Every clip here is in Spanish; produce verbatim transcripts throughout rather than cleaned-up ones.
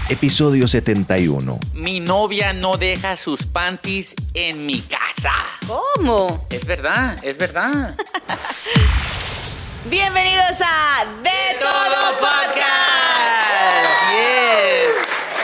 episodio setenta y uno. Mi novia no deja sus panties en mi casa. ¿Cómo? Es verdad, es verdad. Bienvenidos a De, De Todo, Todo Podcast. Yes.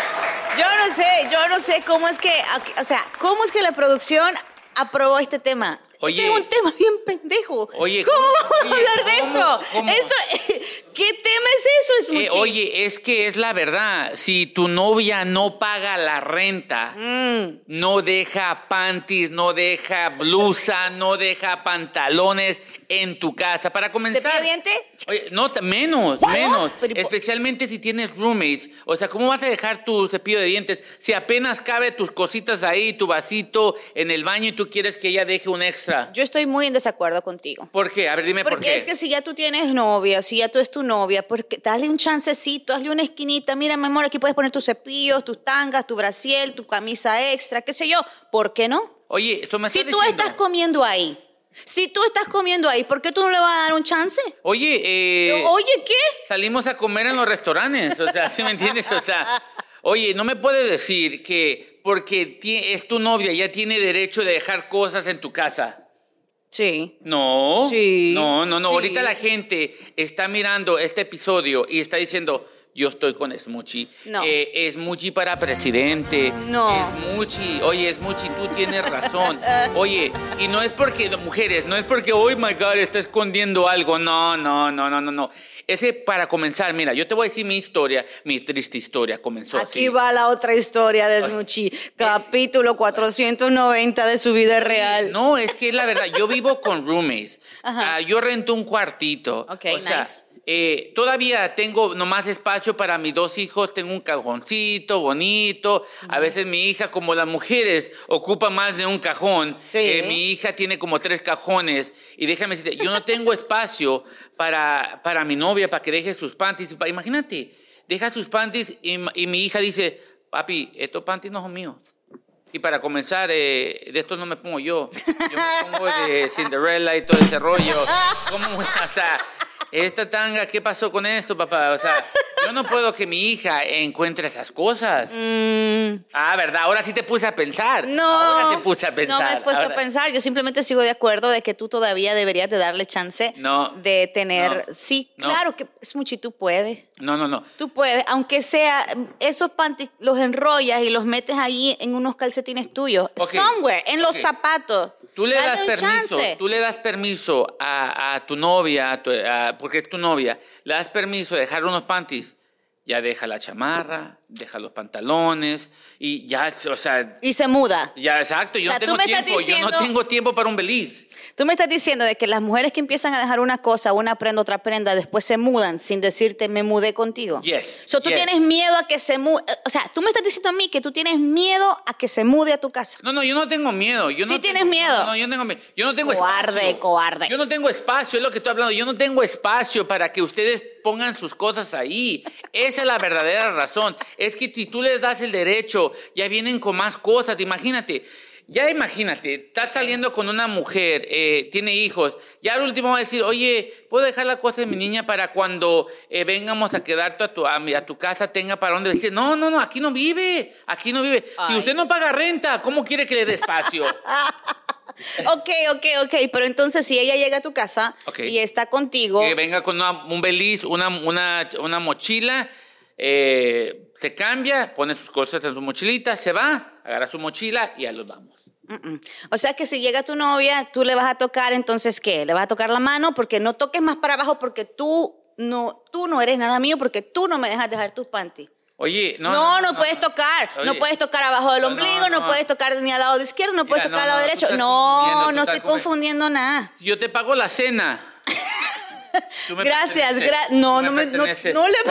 Yo no sé, yo no sé cómo es que, o sea, cómo es que la producción aprobó este tema. Oye, este es un tema bien pendejo. Oye, ¿cómo ¿cómo, vamos a oye, hablar de cómo, esto? cómo? esto? ¿Qué tema es eso? Es Eh, oye, es que es la verdad. Si tu novia no paga la renta, Mm. no deja panties, no deja blusa, no deja pantalones en tu casa. Para comenzar. ¿Cepillo de diente? Oye, no, t- menos, ¿No? menos. Pero, ¿y po- Especialmente si tienes roommates. O sea, ¿cómo vas a dejar tu cepillo de dientes si apenas cabe tus cositas ahí, tu vasito en el baño y tú quieres que ella deje un extra? Yo estoy muy en desacuerdo contigo. ¿Por qué? A ver, dime por Porque qué. es que si ya tú tienes novia, si ya tú es tu novia, porque dale un chancecito, hazle una esquinita. Mira, mi amor, aquí puedes poner tus cepillos, tus tangas, tu brasiel, tu camisa extra, qué sé yo. ¿Por qué no? Oye, esto me Si estás tú diciendo. estás comiendo ahí, si tú estás comiendo ahí, ¿por qué tú no le vas a dar un chance? Oye, eh... Oye, ¿qué? salimos a comer en los restaurantes, o sea, ¿sí me entiendes? O sea, oye, no me puedes decir que porque ti- es tu novia ya tiene derecho de dejar cosas en tu casa. Sí. No, Sí, no, no, no. sí. Ahorita la gente está mirando este episodio y está diciendo, yo estoy con Smoochie. No. Eh, Smoochie para presidente. No. Smoochie, oye, Smoochie, tú tienes razón. Oye, y no es porque, mujeres, no es porque, oh my God, está escondiendo algo. No, no, no, no, no, no. Ese, para comenzar, mira, yo te voy a decir mi historia, mi triste historia comenzó así. Aquí va la otra historia de Smoochie, capítulo cuatrocientos noventa de su vida real. No, es que es la verdad. Yo vivo con roommates. Ajá. Ah, yo rento un cuartito. Ok, o sea, nice. eh, todavía tengo nomás espacio para mis dos hijos. Tengo un cajoncito bonito. A veces mi hija, como las mujeres, ocupa más de un cajón. Sí. Eh, mi hija tiene como tres cajones. Y déjame decirte, yo no tengo espacio para, para mi novia, para que deje sus panties. Pa- Imagínate, deja sus panties y, y mi hija dice, papi, estos panties no son míos. Y para comenzar, eh, de esto no me pongo yo. Yo me pongo de Cinderella y todo ese rollo. ¿Cómo? O sea, esta tanga, ¿qué pasó con esto, papá? O sea, yo no puedo que mi hija encuentre esas cosas. Mm, Ah, ¿verdad? Ahora sí te puse a pensar. no. Ahora te puse a pensar. No me has puesto Ahora- a pensar. Yo simplemente sigo de acuerdo de que tú todavía deberías de darle chance No. de tener... No. Sí, No. claro que Smoochie, tú puedes. No, no, no. Tú puedes, aunque sea, esos panties los enrollas y los metes ahí en unos calcetines tuyos. Ok, Somewhere, en los ok. zapatos. Tú le Dale das un permiso, chance. tú le das permiso a, a tu novia, a tu- a- porque es tu novia, le das permiso de dejar unos panties, ya deja la chamarra, deja los pantalones y ya, o sea, Y se muda. ya exacto, yo O sea, no tú tengo me estás tiempo, yo no diciendo- tengo tiempo para un beliz. Tú me estás diciendo de que las mujeres que empiezan a dejar una cosa, una prenda, otra prenda, después se mudan sin decirte me mudé contigo. Yes, So, tú yes. tienes miedo a que se mude. O sea, tú me estás diciendo a mí que tú tienes miedo a que se mude a tu casa. No, no, yo no tengo miedo. Yo Sí no tienes tengo- miedo. No, no, yo no tengo miedo. Yo no tengo Cobarde, espacio. cobarde. Yo no tengo espacio, es lo que estoy hablando. Yo no tengo espacio para que ustedes pongan sus cosas ahí. Esa es la verdadera razón. Es que si tú les das el derecho, ya vienen con más cosas. Imagínate. Ya imagínate, estás saliendo con una mujer, eh, tiene hijos, ya al último va a decir, oye, ¿puedo dejar la cosa de mi niña para cuando eh, vengamos a quedarte a tu, a, mi- a tu casa tenga para dónde decir? No, no, no, aquí no vive, aquí no vive. Si Ay. usted no paga renta, ¿cómo quiere que le dé espacio? Ok, ok, ok. Pero entonces, si ella llega a tu casa Ok. y está contigo. Que venga con una- un beliz, una, una, una mochila, eh, se cambia, pone sus cosas en su mochilita, se va, agarra su mochila y ya los vamos. Mm-mm. O sea que si llega tu novia, tú le vas a tocar, entonces ¿qué? Le vas a tocar la mano porque no toques más para abajo porque tú no, tú no eres nada mío porque tú no me dejas dejar tus panties. Oye, no. No, no, puedes tocar. Oye. No puedes tocar abajo del No, ombligo, no, no. puedes tocar ni al lado de izquierdo, no puedes Mira, tocar no, al lado no, tú derecho. estás No, confundiendo, tú no estás estoy confundiendo nada. Yo te pago la cena. Tú me Gracias, perteneces. gra- no, Tú no me, no, perteneces. no le.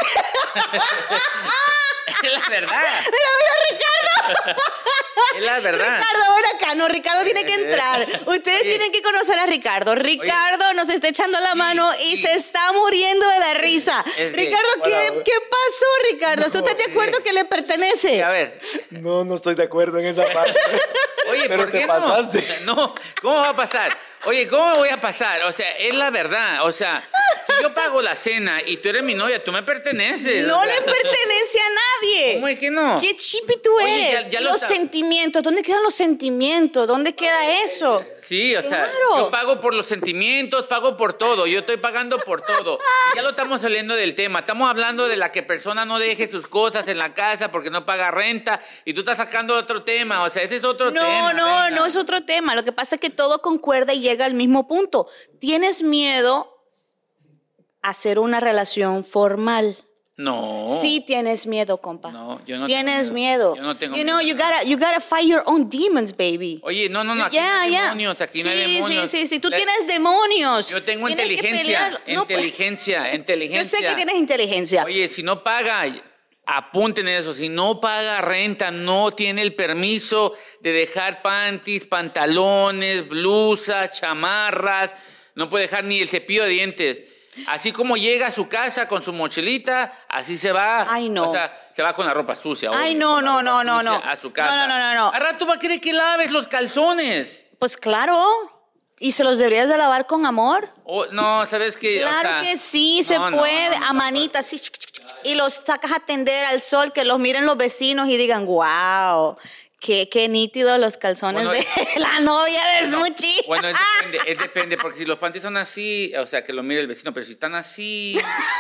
Es la verdad. Mira, mira, Ricardo. Es la verdad. Ricardo, ven acá. No, Ricardo tiene que entrar. Ustedes Oye. tienen que conocer a Ricardo. Ricardo nos está echando la mano y sí. se está muriendo de la risa. Es que- Ricardo, ¿qué, Hola. ¿qué pasó, Ricardo? ¿Tú estás de acuerdo que le pertenece? A ver. No, no estoy de acuerdo en esa parte. Oye, Pero ¿por te qué pasaste. no? No, ¿cómo va a pasar? Oye, ¿cómo me voy a pasar? O sea, es la verdad. O sea, si yo pago la cena y tú eres mi novia, tú me perteneces. No o sea. le pertenece a nadie. ¿Cómo es que no? Qué chipi tú Oye, eres. ya- ya Y lo los sab- sentimientos, ¿dónde quedan los sentimientos? ¿Dónde queda eso? Sí, o sea, Claro. yo pago por los sentimientos, pago por todo, yo estoy pagando por todo. Y ya lo estamos saliendo del tema, estamos hablando de la que persona no deje sus cosas en la casa porque no paga renta y tú estás sacando otro tema, o sea, ese es otro No, tema. no, reina. no es otro tema. Lo que pasa es que todo concuerda y llega al mismo punto. Tienes miedo a hacer una relación formal. No. Sí tienes miedo, compa. No, yo no Tienes tengo miedo. miedo. Yo no tengo You know, miedo. you gotta, you gotta fight your own demons, baby. Oye, no, no, no, aquí Ya, no hay ya. demonios, aquí no hay Sí, demonios. Sí, sí, sí. Tú La- tienes demonios. Yo tengo Tienes que inteligencia, pelear. No, pues- inteligencia, Yo inteligencia. sé que tienes inteligencia. Oye, si no paga, apunten eso, si no paga renta, no tiene el permiso de dejar panties, pantalones, blusas, chamarras, no puede dejar ni el cepillo de dientes. Así como llega a su casa con su mochilita, así se va. Ay, no. O sea, se va con la ropa sucia. Ay, obvio, no, con la no, ropa no, no, sucia no. A su casa. No, no, no, no, no. A rato va a querer que laves los calzones. Pues claro. ¿Y se los deberías de lavar con amor? O- no, ¿sabes qué? O Claro sea, que sí, se no, no, puede. no, no, a no. manita, así. chic, chic, chic, y los sacas a tender al sol, que los miren los vecinos y digan, wow, qué, qué nítidos los calzones Bueno, de la novia de Smuchi. Bueno, es depende, es depende, porque si los panties son así, o sea, que lo mire el vecino, pero si están así,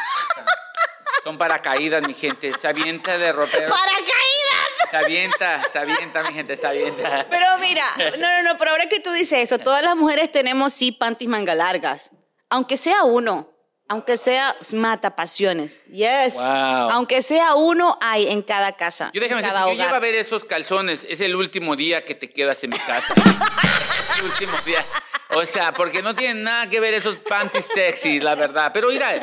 son paracaídas, mi gente, se avienta de ropero, ¡Paracaídas! se avienta, se avienta, mi gente, se avienta. Pero mira, no, no, no, pero ahora que tú dices eso, todas las mujeres tenemos sí panties manga largas. Aunque sea uno, aunque sea mata pasiones. Yes. Wow. Aunque sea uno, hay en cada casa. Yo déjame en decir, cada si yo hogar. llevo a ver esos calzones, es el último día que te quedas en mi casa. El último día. O sea, porque no tienen nada que ver esos panties sexy, la verdad. Pero mira,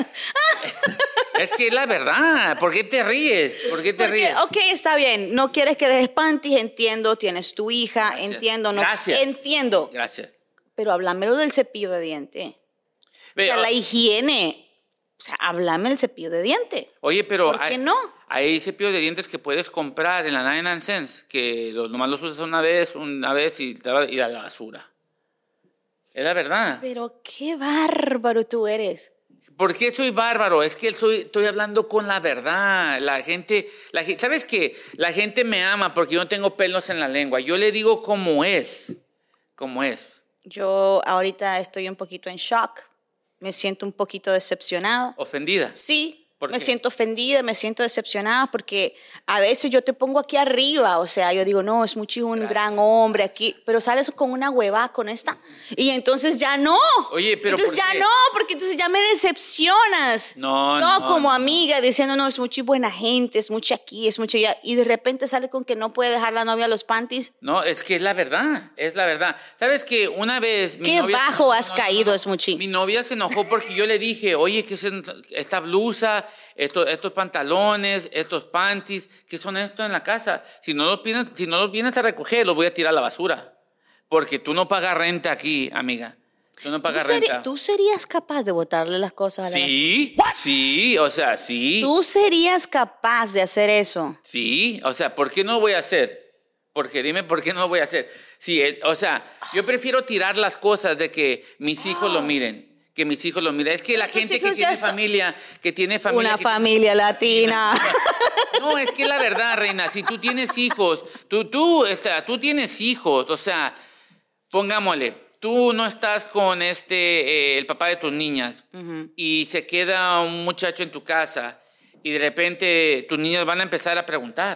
es que es la verdad. ¿Por qué te ríes? ¿Por qué te Porque, ríes? ok, está bien, no quieres que dejes panties, entiendo, tienes tu hija, Gracias. entiendo, no, Gracias. entiendo. Gracias. Pero háblamelo del cepillo de diente. Ve, o sea, o- la higiene. O sea, háblame del cepillo de diente. Oye, pero ¿Por qué hay, no? hay cepillos de dientes que puedes comprar en la ninety-nine cents, que lo, nomás los usas una vez, una vez y te va a ir a la basura. Es la verdad. Pero qué bárbaro tú eres. ¿Por qué soy bárbaro? Es que soy, estoy hablando con la verdad. La gente, la, gen- ¿sabes qué? La gente me ama porque yo no tengo pelos en la lengua. Yo le digo cómo es, cómo es. Yo ahorita estoy un poquito en shock. Me siento un poquito decepcionada. Ofendida. Sí, ¿Por me qué? siento ofendida, me siento decepcionada porque a veces yo te pongo aquí arriba, o sea, yo digo, no, es mucho un gran hombre aquí, pero sales con una hueva con esta y entonces ya no. Oye, pero entonces ¿por ya qué? no, porque entonces ya me decepcionas. No, Yo no, como no. amiga diciendo, no, es mucho buena gente, es mucho aquí, es mucho allá, y de repente sale con que no puede dejar la novia los panties. No, es que es la verdad, es la verdad. ¿Sabes que una vez... mi Qué novia- bajo has caído, Smuchi. Mi novia se enojó porque yo le dije, oye, ¿qué es esta blusa, estos, estos pantalones, estos panties? ¿Qué son esto en la casa? Si no los vienes, si no los vienes a recoger, los voy a tirar a la basura. Porque tú no pagas renta aquí, amiga. Tú no ¿Tú, pagas seri- renta. ¿Tú serías capaz de botarle las cosas a la Sí, sí, o sea, sí. ¿Tú serías capaz de hacer eso? Sí, o sea, ¿por qué no lo voy a hacer? Porque dime por qué no lo voy a hacer. Sí, eh, o sea, yo prefiero tirar las cosas de que mis hijos lo miren. Que mis hijos lo miren. Es que la Tus gente que hijos tiene ya son- familia, que tiene familia. Una que- familia latina. No, es que la verdad, reina, si tú tienes hijos, tú, tú, o sea, tú tienes hijos, o sea, pongámosle, tú no estás con este, eh, el papá de tus niñas, y se queda un muchacho en tu casa, y de repente tus niños van a empezar a preguntar,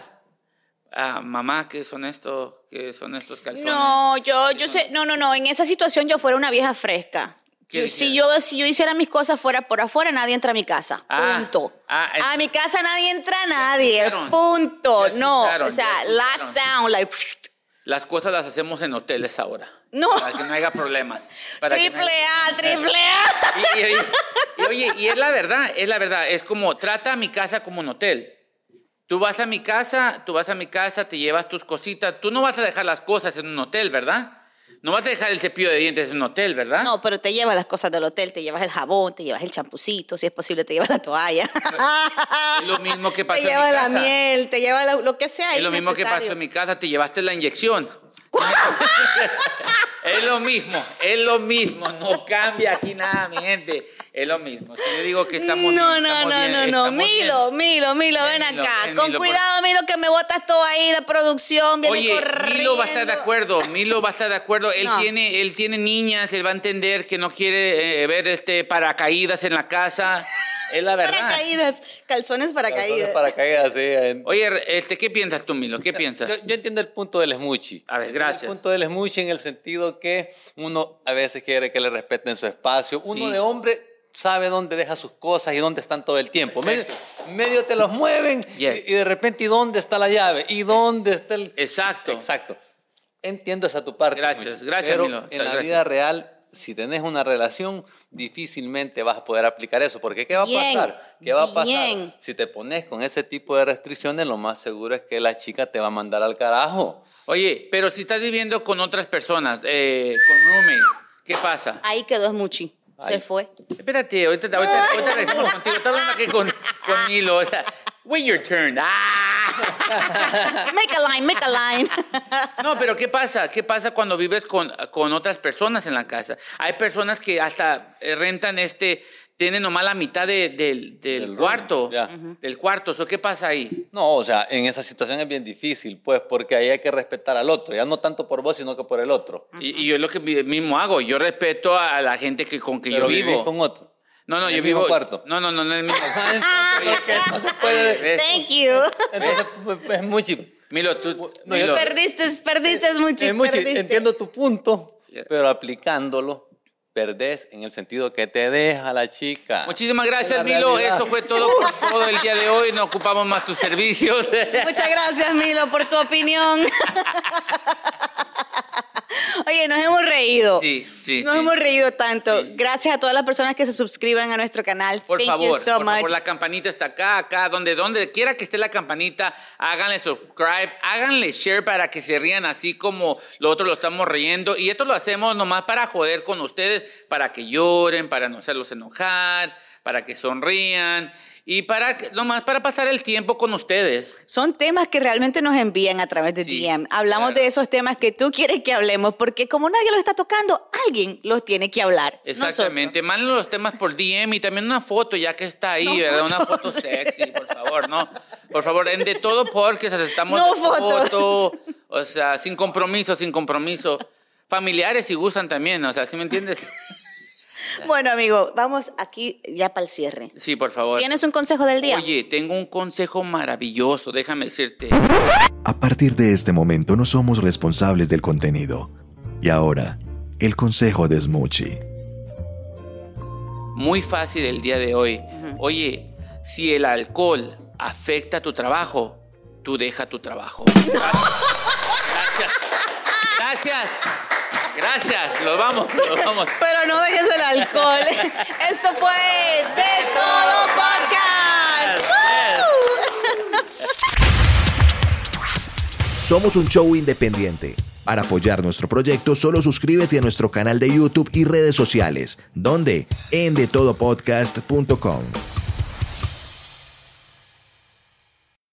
ah, mamá, ¿qué son estos, qué son estos calzones? No, yo, yo sé, no, no, no, en esa situación yo fuera una vieja fresca. ¿Qué Yo- si, dijeras? yo, si yo hiciera mis cosas fuera por afuera, nadie entra a mi casa. Ah, Punto. ah, es- a mi casa nadie entra nadie. escucharon, Punto. ya No. escucharon, O sea, ya escucharon. lockdown, like. Las cosas las hacemos en hoteles ahora. No. Para que no haya problemas. Para que no Triple haya- A, triple A. Y, y- y- y oye, y es la verdad, es la verdad. Es como, trata a mi casa como un hotel. Tú vas a mi casa, tú vas a mi casa, te llevas tus cositas. Tú no vas a dejar las cosas en un hotel, ¿verdad? No vas a dejar el cepillo de dientes en un hotel, ¿verdad? No, pero te llevas las cosas del hotel, te llevas el jabón, te llevas el champucito, si es posible te llevas la toalla. Es lo mismo que pasa Te en mi llevas la casa. miel, te llevas la- lo que sea. Es lo mismo que pasó en mi casa, te llevaste la inyección. Es lo mismo, es lo mismo, no cambia aquí nada, mi gente, es lo mismo. Si yo digo que estamos No, bien, no, estamos no, bien, no, no, estamos Milo, bien. Milo, Milo, ven Ven, Milo, acá. ven, Con Milo, por- cuidado, Milo, que me botas todo ahí, la producción viene Oye, corriendo. Milo va a estar de acuerdo, Milo va a estar de acuerdo. Él No. tiene, él tiene niñas, él va a entender que no quiere eh, ver este paracaídas en la casa. Es la verdad. Paracaídas, calzones paracaídas. Paracaídas, sí. en- Oye, este, ¿qué piensas tú, Milo? ¿Qué piensas? Yo, yo entiendo el punto del smuchi. A ver, gracias. El punto del smuchi en el sentido que uno a veces quiere que le respeten su espacio. Uno Sí. de hombre sabe dónde deja sus cosas y dónde están todo el tiempo. Medio, Perfecto. medio te los mueven Yes. y, y de repente, ¿y dónde está la llave? ¿Y dónde está el...? Exacto. Exacto. Entiendo esa tu parte. Gracias, Smuchi, gracias, pero Milo. en la Gracias. vida real, si tenés una relación, difícilmente vas a poder aplicar eso. Porque ¿qué va Bien, a pasar? ¿Qué va a pasar? bien. Si te pones con ese tipo de restricciones, lo más seguro es que la chica te va a mandar al carajo. Oye, pero si estás viviendo con otras personas, eh, con roommates, ¿qué pasa? Ahí quedó Smuchi. Se Ahí. fue. Espérate, ahorita, ahorita, ahorita regresamos contigo. Estás hablando aquí con, con Milo. O sea, wait your turn. ¡Ah! Make a line, make a line. No, pero ¿qué pasa? ¿Qué pasa cuando vives con, con otras personas en la casa? Hay personas que hasta eh, rentan este, tienen nomás la mitad de- del, del Del cuarto. room, ya. Del cuarto. ¿So qué pasa ahí? No, o sea, en esa situación es bien difícil, pues, porque ahí hay que respetar al otro, ya no tanto por vos, sino que por el otro. Y, y yo es lo que mismo hago. Yo respeto a la gente que, con que Pero yo vivís vivo. con otro. No, no, ¿En yo el mismo vivo. cuarto? No, no, no, no es el mismo. Porque no se puede. ¿Ves? Thank you. Entonces, pues, es mucho. Milo, tú. No, Milo, Perdiste, perdiste Smuchi, Es mucho. perdiste. Entiendo tu punto, Yeah. pero aplicándolo, perdés en el sentido que te deja la chica. Muchísimas gracias, Es la Milo. realidad. Eso fue todo por todo el día de hoy. No ocupamos más tus servicios. Muchas gracias, Milo, por tu opinión. Oye, nos hemos reído. Sí, sí, Nos sí. hemos reído tanto. Sí. Gracias a todas las personas que se suscriban a nuestro canal. Por Thank favor, you so por much. favor, la campanita está acá, acá, donde, donde quiera que esté la campanita, háganle subscribe, háganle share para que se rían así como nosotros lo estamos riendo. Y esto lo hacemos nomás para joder con ustedes, para que lloren, para no hacerlos enojar, para que sonrían y para que- nomás para pasar el tiempo con ustedes. Son temas que realmente nos envían a través de Sí, D M. Hablamos claro. de esos temas que tú quieres que hablemos, porque como nadie los está tocando, alguien los tiene que hablar. Exactamente, mándenos los temas por D M y también una foto ya que está ahí, No ¿verdad? Una fotos. foto sexy, por favor, ¿no? Por favor, en de todo porque aceptamos No de fotos. foto, o sea, sin compromiso, sin compromiso. Familiares si gustan también, o sea, ¿sí me entiendes? Nosotros. Bueno, amigo, vamos aquí ya para el cierre. Sí, por favor. ¿Tienes un consejo del día? Oye, tengo un consejo maravilloso, déjame decirte. A partir de este momento no somos responsables del contenido. Y ahora, el consejo de Smuchi. Muy fácil el día de hoy. Oye, si el alcohol afecta tu trabajo, tú deja tu trabajo. Gracias. Gracias. Gracias. Nos vamos. Nos vamos. Pero no dejes el alcohol. Esto fue De Todo Podcast. ¡Woo! Somos un show independiente. Para apoyar nuestro proyecto, solo suscríbete a nuestro canal de YouTube y redes sociales, donde en de todo podcast punto com.